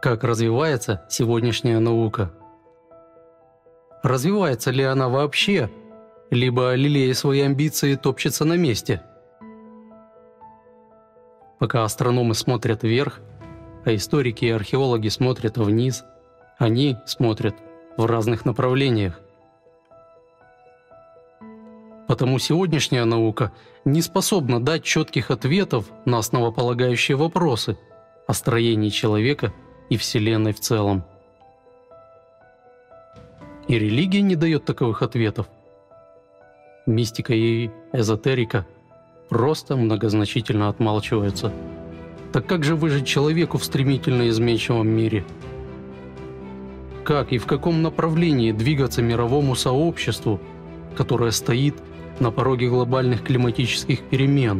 Как развивается сегодняшняя наука? Развивается ли она вообще, либо, лелея свои амбиции, топчется на месте? Пока астрономы смотрят вверх, а историки и археологи смотрят вниз, они смотрят в разных направлениях. Потому сегодняшняя наука не способна дать четких ответов на основополагающие вопросы о строении человека и Вселенной в целом. И религия не дает таковых ответов. Мистика и эзотерика просто многозначительно отмалчиваются. Так как же выжить человеку в стремительно изменчивом мире? Как и в каком направлении двигаться мировому сообществу, которое стоит на пороге глобальных климатических перемен?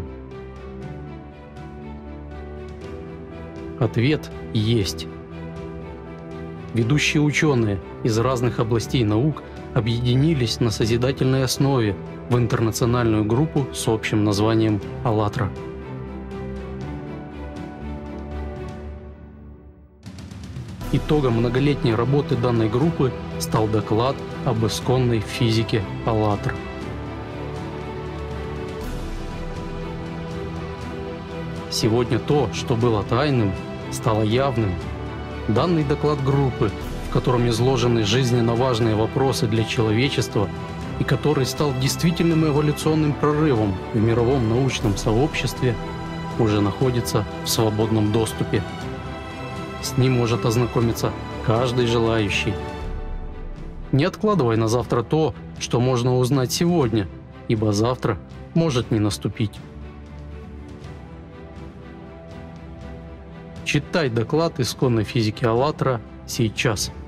Ответ есть. Ведущие ученые из разных областей наук объединились на созидательной основе в интернациональную группу с общим названием «АЛЛАТРА». Итогом многолетней работы данной группы стал доклад об исконной физике «АЛЛАТРА». Сегодня то, что было тайным, стало явным. Данный доклад группы, в котором изложены жизненно важные вопросы для человечества и который стал действительным эволюционным прорывом в мировом научном сообществе, уже находится в свободном доступе. С ним может ознакомиться каждый желающий. Не откладывай на завтра то, что можно узнать сегодня, ибо завтра может не наступить. Читай доклад исконной физики «АЛЛАТРА» сейчас.